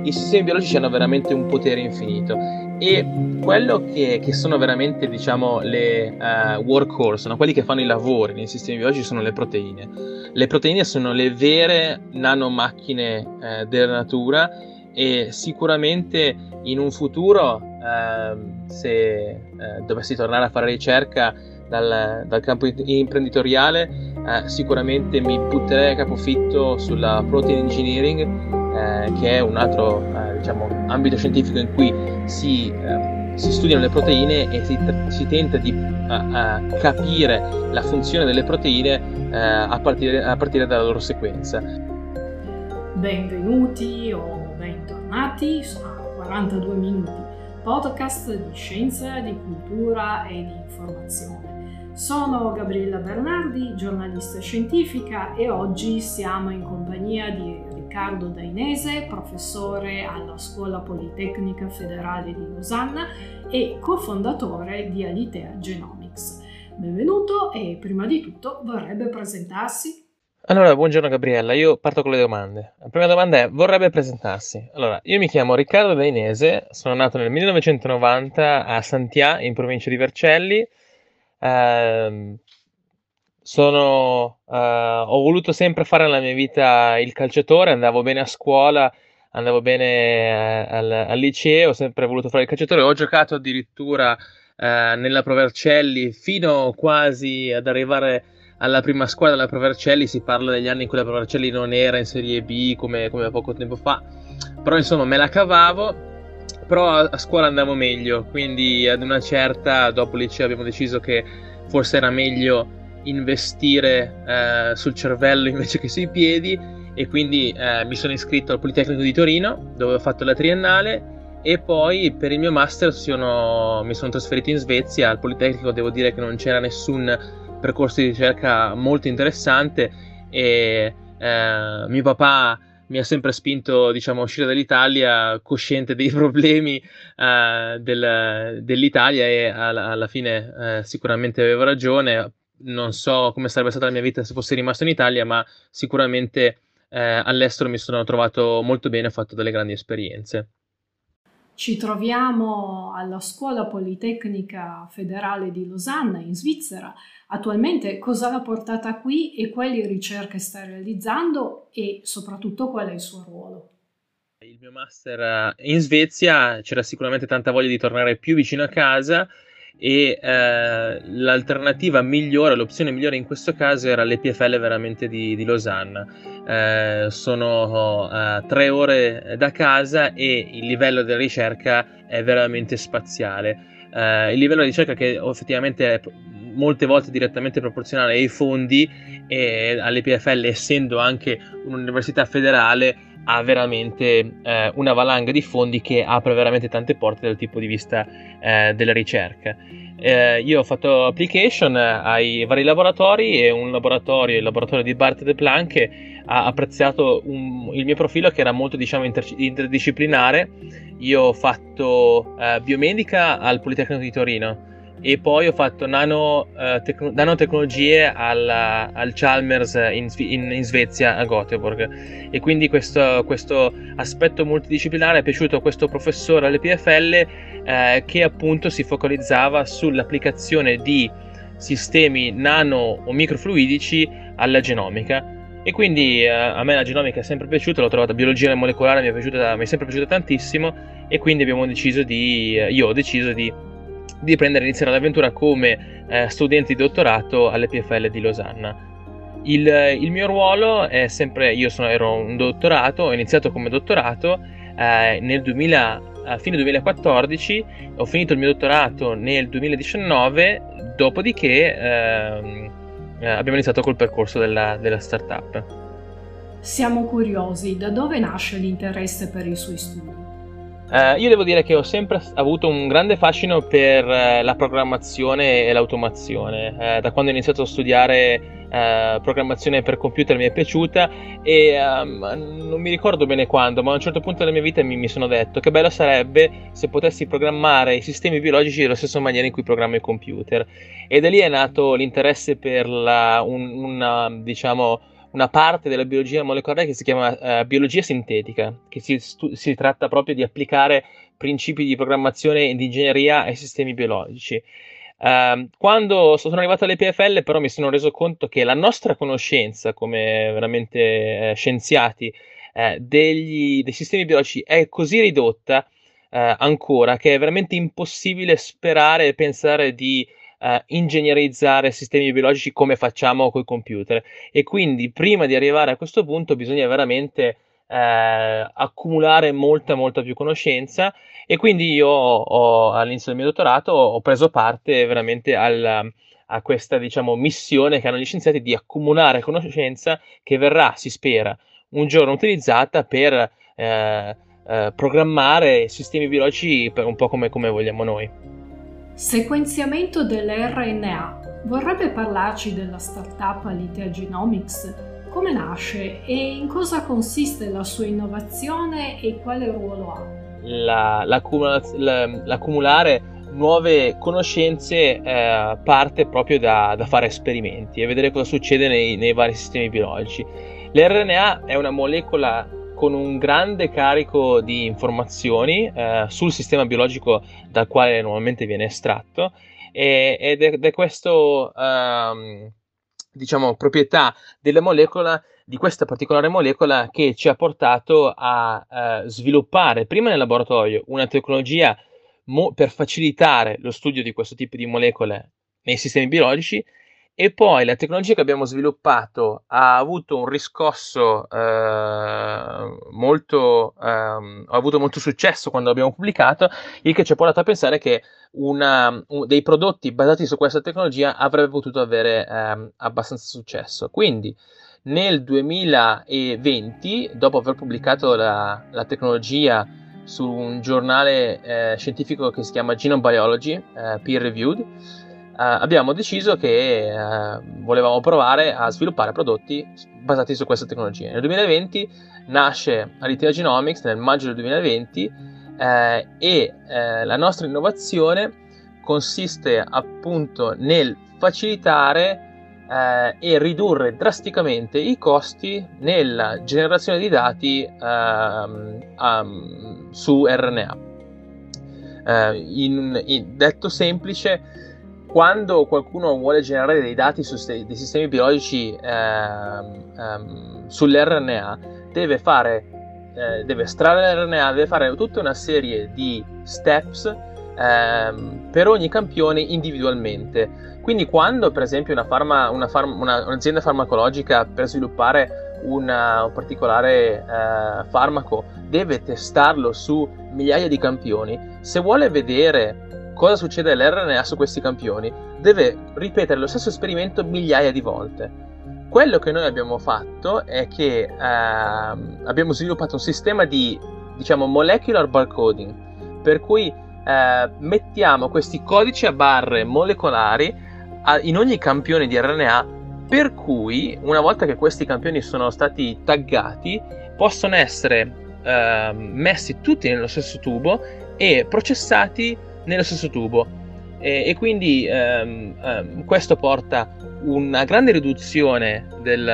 i sistemi biologici hanno veramente un potere infinito, e quello che sono veramente, diciamo, le workhorse, no? Quelli che fanno i lavori nei sistemi biologici sono le proteine. Le proteine sono le vere nanomacchine della natura, e sicuramente in un futuro, se dovessi tornare a fare ricerca dal campo imprenditoriale, sicuramente mi butterei a capofitto sulla protein engineering, che è un altro diciamo, ambito scientifico in cui si studiano le proteine e si tenta di capire la funzione delle proteine a partire dalla loro sequenza. Benvenuti o bentornati a 42 minuti, podcast di scienza, di cultura e di informazione. Sono Gabriella Bernardi, giornalista scientifica, e oggi siamo in compagnia di Riccardo Dainese, professore alla Scuola Politecnica Federale di Losanna e cofondatore di Alitea Genomics. Benvenuto, e prima di tutto vorrebbe presentarsi? Allora, buongiorno Gabriella, io parto con le domande. La prima domanda è: vorrebbe presentarsi? Allora, io mi chiamo Riccardo Dainese, sono nato nel 1990 a Santhià, in provincia di Vercelli. Ho voluto sempre fare nella mia vita il calciatore, andavo bene a scuola, andavo bene al liceo, ho sempre voluto fare il calciatore, ho giocato addirittura nella Pro Vercelli fino quasi ad arrivare alla prima squadra della Pro Vercelli. Si parla degli anni in cui la Pro Vercelli non era in Serie B come poco tempo fa, però insomma me la cavavo, però a scuola andavo meglio, quindi ad una certa, dopo il liceo, abbiamo deciso che forse era meglio investire sul cervello invece che sui piedi, e quindi mi sono iscritto al Politecnico di Torino, dove ho fatto la triennale, e poi per il mio master mi sono trasferito in Svezia. Al Politecnico devo dire che non c'era nessun percorso di ricerca molto interessante, e mio papà mi ha sempre spinto, diciamo, a uscire dall'Italia, cosciente dei problemi dell'Italia, e alla fine sicuramente avevo ragione. Non so come sarebbe stata la mia vita se fossi rimasto in Italia, ma sicuramente all'estero mi sono trovato molto bene, ho fatto delle grandi esperienze. Ci troviamo alla Scuola Politecnica Federale di Losanna, in Svizzera. Attualmente cosa l'ha portata qui e quali ricerche sta realizzando, e soprattutto qual è il suo ruolo? Il mio master in Svezia, c'era sicuramente tanta voglia di tornare più vicino a casa, e l'alternativa migliore, l'opzione migliore in questo caso era l'EPFL veramente di Losanna. Sono 3 ore da casa, e il livello della ricerca è veramente spaziale. Il livello di ricerca, che effettivamente è molte volte direttamente proporzionale ai fondi, e all'EPFL, essendo anche un'università federale, ha veramente una valanga di fondi che apre veramente tante porte dal tipo di vista della ricerca. Io ho fatto application ai vari laboratori, e il laboratorio di Bart de Planck, ha apprezzato il mio profilo, che era molto, diciamo, interdisciplinare. Io ho fatto biomedica al Politecnico di Torino, e poi ho fatto nanotecnologie al Chalmers in Svezia, a Göteborg, e quindi questo aspetto multidisciplinare è piaciuto a questo professore all'EPFL, che appunto si focalizzava sull'applicazione di sistemi nano o microfluidici alla genomica. E quindi a me la genomica è sempre piaciuta, l'ho trovata, biologia molecolare mi è sempre piaciuta tantissimo, e quindi io ho deciso di iniziare l'avventura come studente di dottorato all'EPFL di Losanna. Il mio ruolo è sempre, ero un dottorato, ho iniziato come dottorato a fine 2014, ho finito il mio dottorato nel 2019, dopodiché abbiamo iniziato col percorso della startup. Siamo curiosi, da dove nasce l'interesse per i suoi studi? Io devo dire che ho sempre avuto un grande fascino per la programmazione e l'automazione. Da quando ho iniziato a studiare programmazione per computer mi è piaciuta, e non mi ricordo bene quando, ma a un certo punto della mia vita mi sono detto che bello sarebbe se potessi programmare i sistemi biologici della stessa maniera in cui programmo i computer. E da lì è nato l'interesse per una parte della biologia molecolare che si chiama biologia sintetica, che si tratta proprio di applicare principi di programmazione e di ingegneria ai sistemi biologici. Quando sono arrivato all'EPFL però mi sono reso conto che la nostra conoscenza come veramente scienziati dei sistemi biologici è così ridotta ancora che è veramente impossibile sperare e pensare di ingegnerizzare sistemi biologici come facciamo coi computer, e quindi prima di arrivare a questo punto bisogna veramente accumulare molta più conoscenza, e quindi io all'inizio del mio dottorato ho preso parte veramente a questa, diciamo, missione che hanno gli scienziati di accumulare conoscenza che verrà, si spera, un giorno utilizzata per programmare sistemi biologici un po' come vogliamo noi. Sequenziamento dell'RNA. Vorrebbe parlarci della startup Alithia Genomics? Come nasce e in cosa consiste la sua innovazione e quale ruolo ha? L'accumulare nuove conoscenze parte proprio da fare esperimenti e vedere cosa succede nei vari sistemi biologici. L'RNA è una molecola con un grande carico di informazioni sul sistema biologico dal quale normalmente viene estratto, ed è questo diciamo proprietà della molecola, di questa particolare molecola, che ci ha portato a sviluppare prima nel laboratorio una tecnologia per facilitare lo studio di questo tipo di molecole nei sistemi biologici, e poi la tecnologia che abbiamo sviluppato ha avuto un riscosso ha avuto molto successo quando abbiamo pubblicato, il che ci ha portato a pensare che dei prodotti basati su questa tecnologia avrebbe potuto avere abbastanza successo. Quindi nel 2020, dopo aver pubblicato la tecnologia su un giornale scientifico che si chiama Genome Biology, peer reviewed, abbiamo deciso che volevamo provare a sviluppare prodotti basati su questa tecnologia. Nel 2020 nasce Alithia Genomics, nel maggio del 2020, e la nostra innovazione consiste appunto nel facilitare e ridurre drasticamente i costi nella generazione di dati su RNA. Detto semplice, quando qualcuno vuole generare dei dati su dei sistemi biologici sull'RNA, deve estrarre l'RNA, deve fare tutta una serie di steps per ogni campione individualmente. Quindi quando per esempio un'azienda farmacologica, per sviluppare un particolare farmaco, deve testarlo su migliaia di campioni, se vuole vedere cosa succede all'RNA su questi campioni, deve ripetere lo stesso esperimento migliaia di volte. Quello che noi abbiamo fatto è che abbiamo sviluppato un sistema di, diciamo, molecular barcoding, per cui mettiamo questi codici a barre molecolari in ogni campione di RNA, per cui una volta che questi campioni sono stati taggati, possono essere messi tutti nello stesso tubo e processati nello stesso tubo, e quindi questo porta una grande riduzione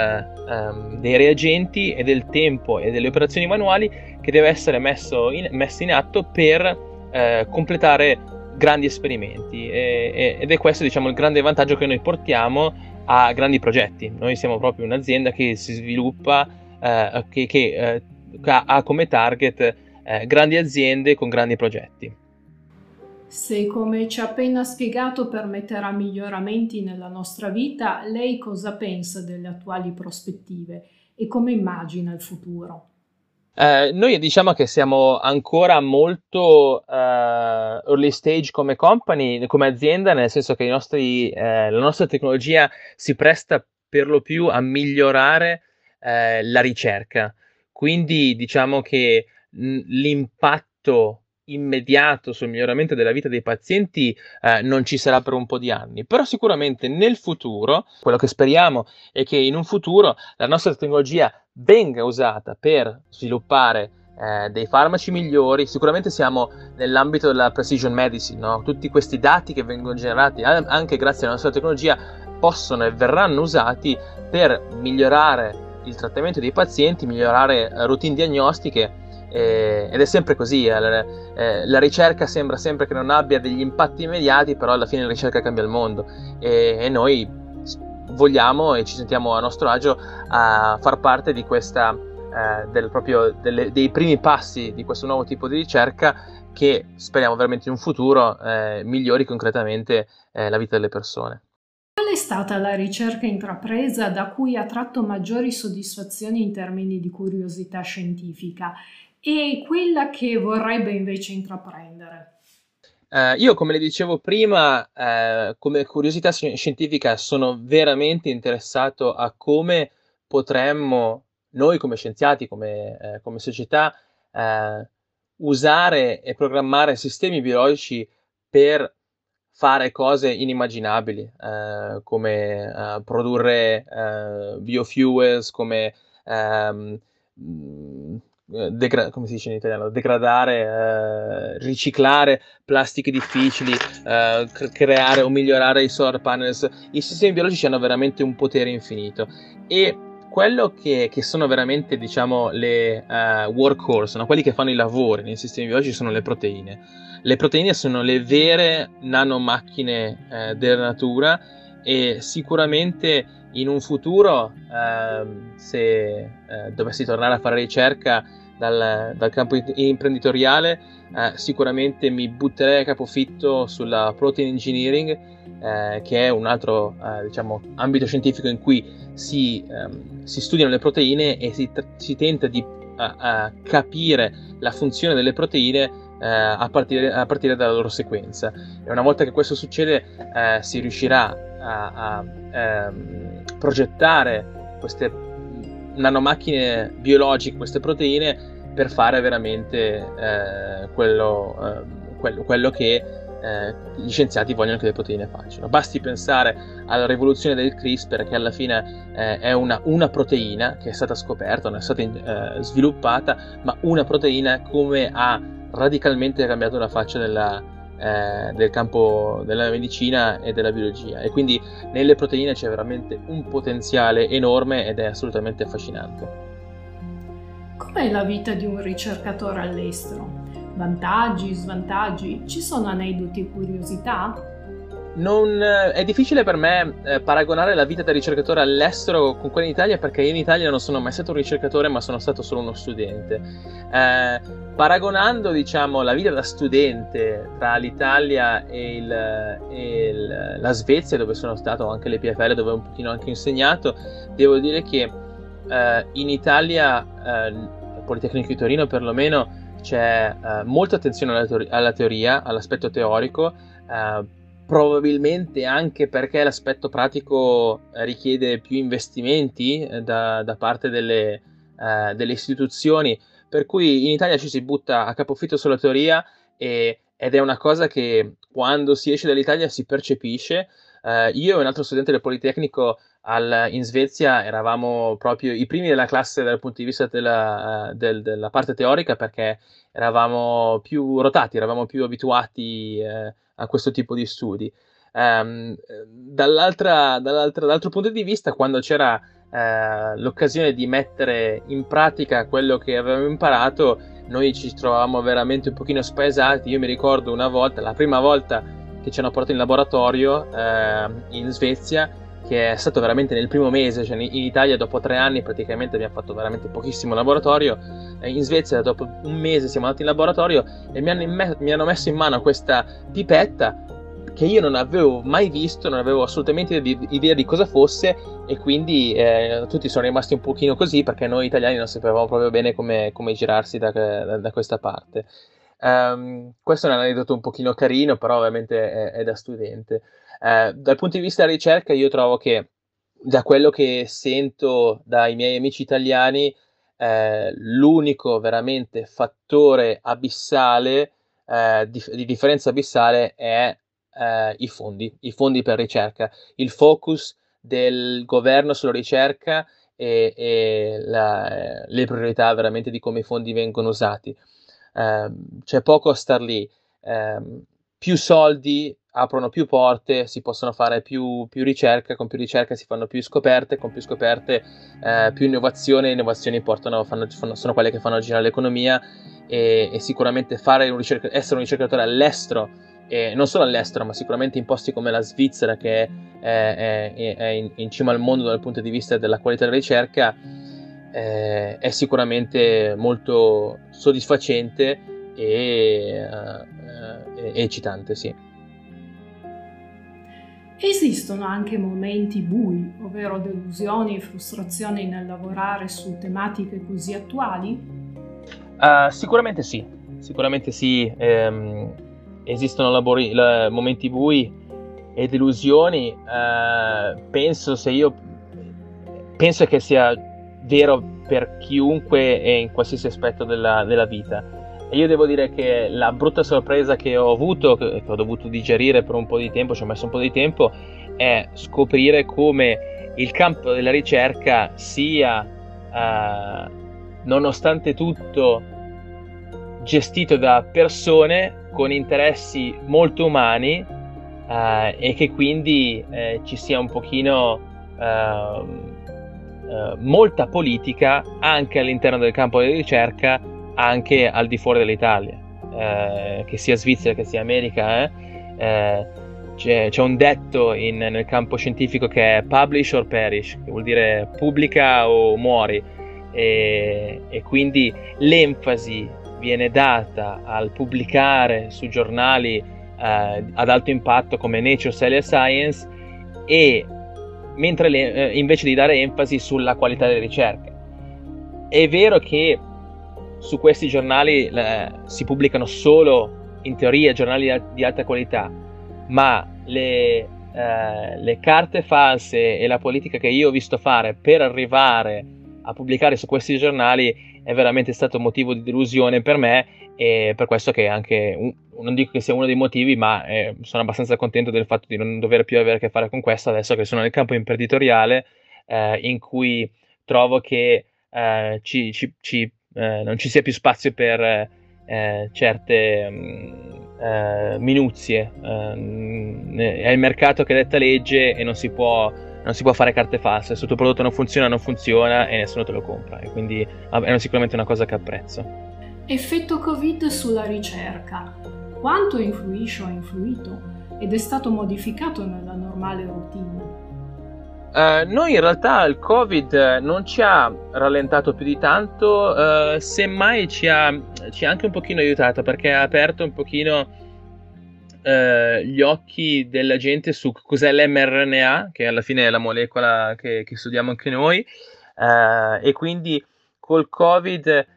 dei reagenti e del tempo e delle operazioni manuali che deve essere messe in atto per completare grandi esperimenti, ed è questo, diciamo, il grande vantaggio che noi portiamo a grandi progetti. Noi siamo proprio un'azienda che si sviluppa, che ha come target grandi aziende con grandi progetti. Se, come ci ha appena spiegato, permetterà miglioramenti nella nostra vita, lei cosa pensa delle attuali prospettive e come immagina il futuro? Noi diciamo che siamo ancora molto early stage come company, come azienda, nel senso che la nostra tecnologia si presta per lo più a migliorare la ricerca. Quindi diciamo che l'impatto immediato sul miglioramento della vita dei pazienti non ci sarà per un po' di anni, però sicuramente nel futuro, quello che speriamo è che in un futuro la nostra tecnologia venga usata per sviluppare dei farmaci migliori. Sicuramente siamo nell'ambito della precision medicine, no? Tutti questi dati che vengono generati anche grazie alla nostra tecnologia possono e verranno usati per migliorare il trattamento dei pazienti, migliorare routine diagnostiche, ed è sempre così. La ricerca sembra sempre che non abbia degli impatti immediati, però alla fine la ricerca cambia il mondo, e noi vogliamo e ci sentiamo a nostro agio a far parte di questa, dei primi passi di questo nuovo tipo di ricerca, che speriamo veramente in un futuro migliori concretamente la vita delle persone. Qual è stata la ricerca intrapresa da cui ha tratto maggiori soddisfazioni in termini di curiosità scientifica e quella che vorrebbe invece intraprendere? Io, come le dicevo prima, come curiosità scientifica sono veramente interessato a come potremmo, noi come scienziati, come società, usare e programmare sistemi biologici per fare cose inimmaginabili, come produrre biofuels, come ehm, mh, come si dice in italiano? Degradare, riciclare plastiche difficili, creare o migliorare i solar panels. I sistemi biologici hanno veramente un potere infinito, e quello che sono veramente, diciamo, le workhorse, no? Quelli che fanno i lavori nei sistemi biologici sono le proteine. Le proteine sono le vere nanomacchine della natura, e sicuramente in un futuro, se dovessi tornare a fare ricerca dal campo imprenditoriale, sicuramente mi butterei a capofitto sulla protein engineering, che è un altro diciamo, ambito scientifico in cui si studiano le proteine e si tenta di capire la funzione delle proteine a partire dalla loro sequenza. E una volta che questo succede, si riuscirà a progettare queste nanomacchine biologiche, queste proteine, per fare veramente quello che gli scienziati vogliono che le proteine facciano. Basti pensare alla rivoluzione del CRISPR, che alla fine è una proteina che è stata scoperta, non è stata sviluppata, ma una proteina come ha radicalmente cambiato la faccia del campo della medicina e della biologia. E quindi nelle proteine c'è veramente un potenziale enorme ed è assolutamente affascinante. Com'è la vita di un ricercatore all'estero? Vantaggi, svantaggi? Ci sono aneddoti e curiosità? È difficile per me paragonare la vita da ricercatore all'estero con quella in Italia, perché io in Italia non sono mai stato un ricercatore, ma sono stato solo uno studente. Paragonando, diciamo, la vita da studente tra l'Italia e la Svezia, dove sono stato, anche le PFL, dove ho un pochino anche insegnato, devo dire che in Italia, al Politecnico di Torino perlomeno, c'è molta attenzione alla teoria, all'aspetto teorico, probabilmente anche perché l'aspetto pratico richiede più investimenti da parte delle istituzioni, per cui in Italia ci si butta a capofitto sulla teoria, ed è una cosa che quando si esce dall'Italia si percepisce. Io e un altro studente del Politecnico in Svezia eravamo proprio i primi della classe dal punto di vista della parte teorica, perché eravamo più rotati, eravamo più abituati a questo tipo di studi. Dall'altro punto di vista, quando c'era l'occasione di mettere in pratica quello che avevamo imparato, noi ci trovavamo veramente un pochino spaesati. Io mi ricordo una volta, la prima volta che ci hanno portato in laboratorio in Svezia, che è stato veramente nel primo mese, cioè in Italia dopo 3 anni praticamente abbiamo fatto veramente pochissimo laboratorio. In Svezia dopo un mese siamo andati in laboratorio e mi hanno messo in mano questa pipetta che io non avevo mai visto, non avevo assolutamente idea di cosa fosse, e quindi tutti sono rimasti un pochino così, perché noi italiani non sapevamo proprio bene come girarsi da questa parte. Questo è un aneddoto un pochino carino, però ovviamente è da studente. Dal punto di vista della ricerca, io trovo che, da quello che sento dai miei amici italiani, l'unico veramente fattore abissale, di differenza abissale, è i fondi per ricerca, il focus del governo sulla ricerca, e le priorità veramente di come i fondi vengono usati. C'è poco a star lì. più soldi aprono più porte, si possono fare più ricerca, con più ricerca si fanno più scoperte, con più scoperte più innovazione, innovazioni sono quelle che fanno girare l'economia, e sicuramente essere un ricercatore all'estero, e non solo all'estero, ma sicuramente in posti come la Svizzera, che è in cima al mondo dal punto di vista della qualità della ricerca, è sicuramente molto soddisfacente e eccitante, sì. Esistono anche momenti bui, ovvero delusioni e frustrazioni nel lavorare su tematiche così attuali? Sicuramente sì, esistono momenti bui e delusioni. Penso che sia vero per chiunque e in qualsiasi aspetto della vita. E io devo dire che la brutta sorpresa che ho avuto, che ho dovuto digerire per un po' di tempo, ci ho messo un po' di tempo, è scoprire come il campo della ricerca sia, nonostante tutto, gestito da persone con interessi molto umani, e che quindi ci sia un pochino molta politica anche all'interno del campo della ricerca, anche al di fuori dell'Italia, che sia Svizzera, che sia America. C'è un detto nel campo scientifico che è publish or perish, che vuol dire pubblica o muori, e quindi l'enfasi viene data al pubblicare su giornali ad alto impatto come Nature, Cell Science, e mentre invece di dare enfasi sulla qualità delle ricerche. È vero che su questi giornali si pubblicano solo, in teoria, giornali di alta qualità, ma le carte false e la politica che io ho visto fare per arrivare a pubblicare su questi giornali è veramente stato motivo di delusione per me, e per questo che anche, non dico che sia uno dei motivi, ma sono abbastanza contento del fatto di non dover più avere a che fare con questo, adesso che sono nel campo imprenditoriale, in cui trovo che non ci sia più spazio per certe minuzie. È il mercato che detta legge e non si può fare carte false. Se il tuo prodotto non funziona e nessuno te lo compra, e quindi è sicuramente una cosa che apprezzo. Effetto Covid sulla ricerca. Quanto influisce o ha influito ed è stato modificato nella normale routine? Noi in realtà il Covid non ci ha rallentato più di tanto, semmai ci ha anche un pochino aiutato, perché ha aperto un pochino gli occhi della gente su cos'è l'mRNA, che alla fine è la molecola che studiamo anche noi, e quindi col Covid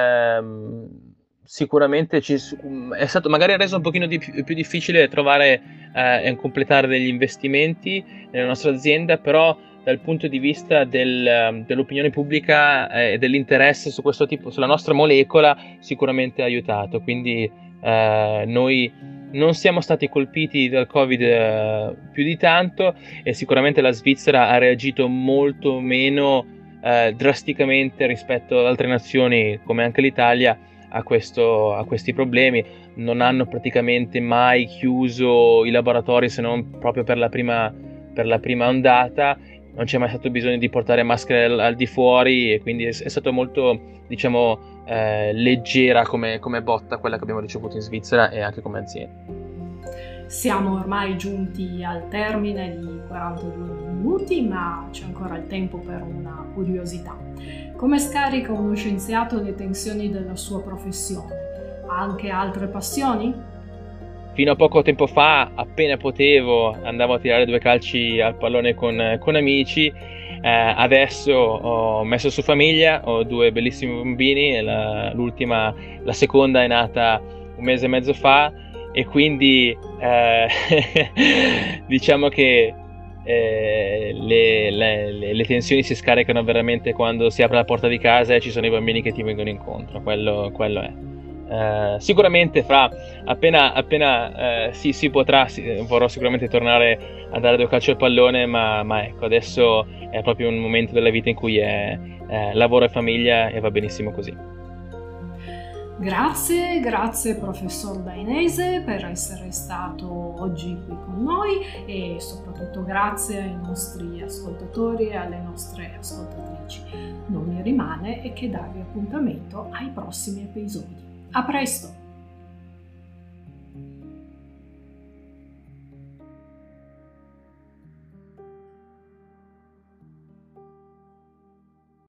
sicuramente è stato magari reso un pochino più difficile trovare e completare degli investimenti nella nostra azienda, però dal punto di vista dell'opinione pubblica e dell'interesse su questo tipo, sulla nostra molecola, sicuramente ha aiutato. Quindi noi non siamo stati colpiti dal Covid più di tanto, e sicuramente la Svizzera ha reagito molto meno drasticamente rispetto ad altre nazioni come anche l'Italia a questi problemi. Non hanno praticamente mai chiuso i laboratori, se non proprio per la prima ondata. Non c'è mai stato bisogno di portare maschere al di fuori, e quindi è stato molto, diciamo, leggera come botta quella che abbiamo ricevuto in Svizzera e anche come azienda. Siamo ormai giunti al termine di 42 minuti, ma c'è ancora il tempo per una curiosità. Come scarica uno scienziato le tensioni della sua professione? Ha anche altre passioni? Fino a poco tempo fa, appena potevo, andavo a tirare 2 calci al pallone con amici. Adesso ho messo su famiglia, ho 2 bellissimi bambini, la seconda è nata 1 mese e mezzo fa, e quindi diciamo che le tensioni si scaricano veramente quando si apre la porta di casa e ci sono i bambini che ti vengono incontro. Quello è. Sicuramente appena si potrà, vorrò sicuramente tornare a dare 2 calci al pallone, ma ecco, adesso è proprio un momento della vita in cui è lavoro e famiglia, e va benissimo così. Grazie professor Dainese per essere stato oggi qui con noi e soprattutto grazie ai nostri ascoltatori e alle nostre ascoltatrici. Non mi rimane che darvi appuntamento ai prossimi episodi. A presto!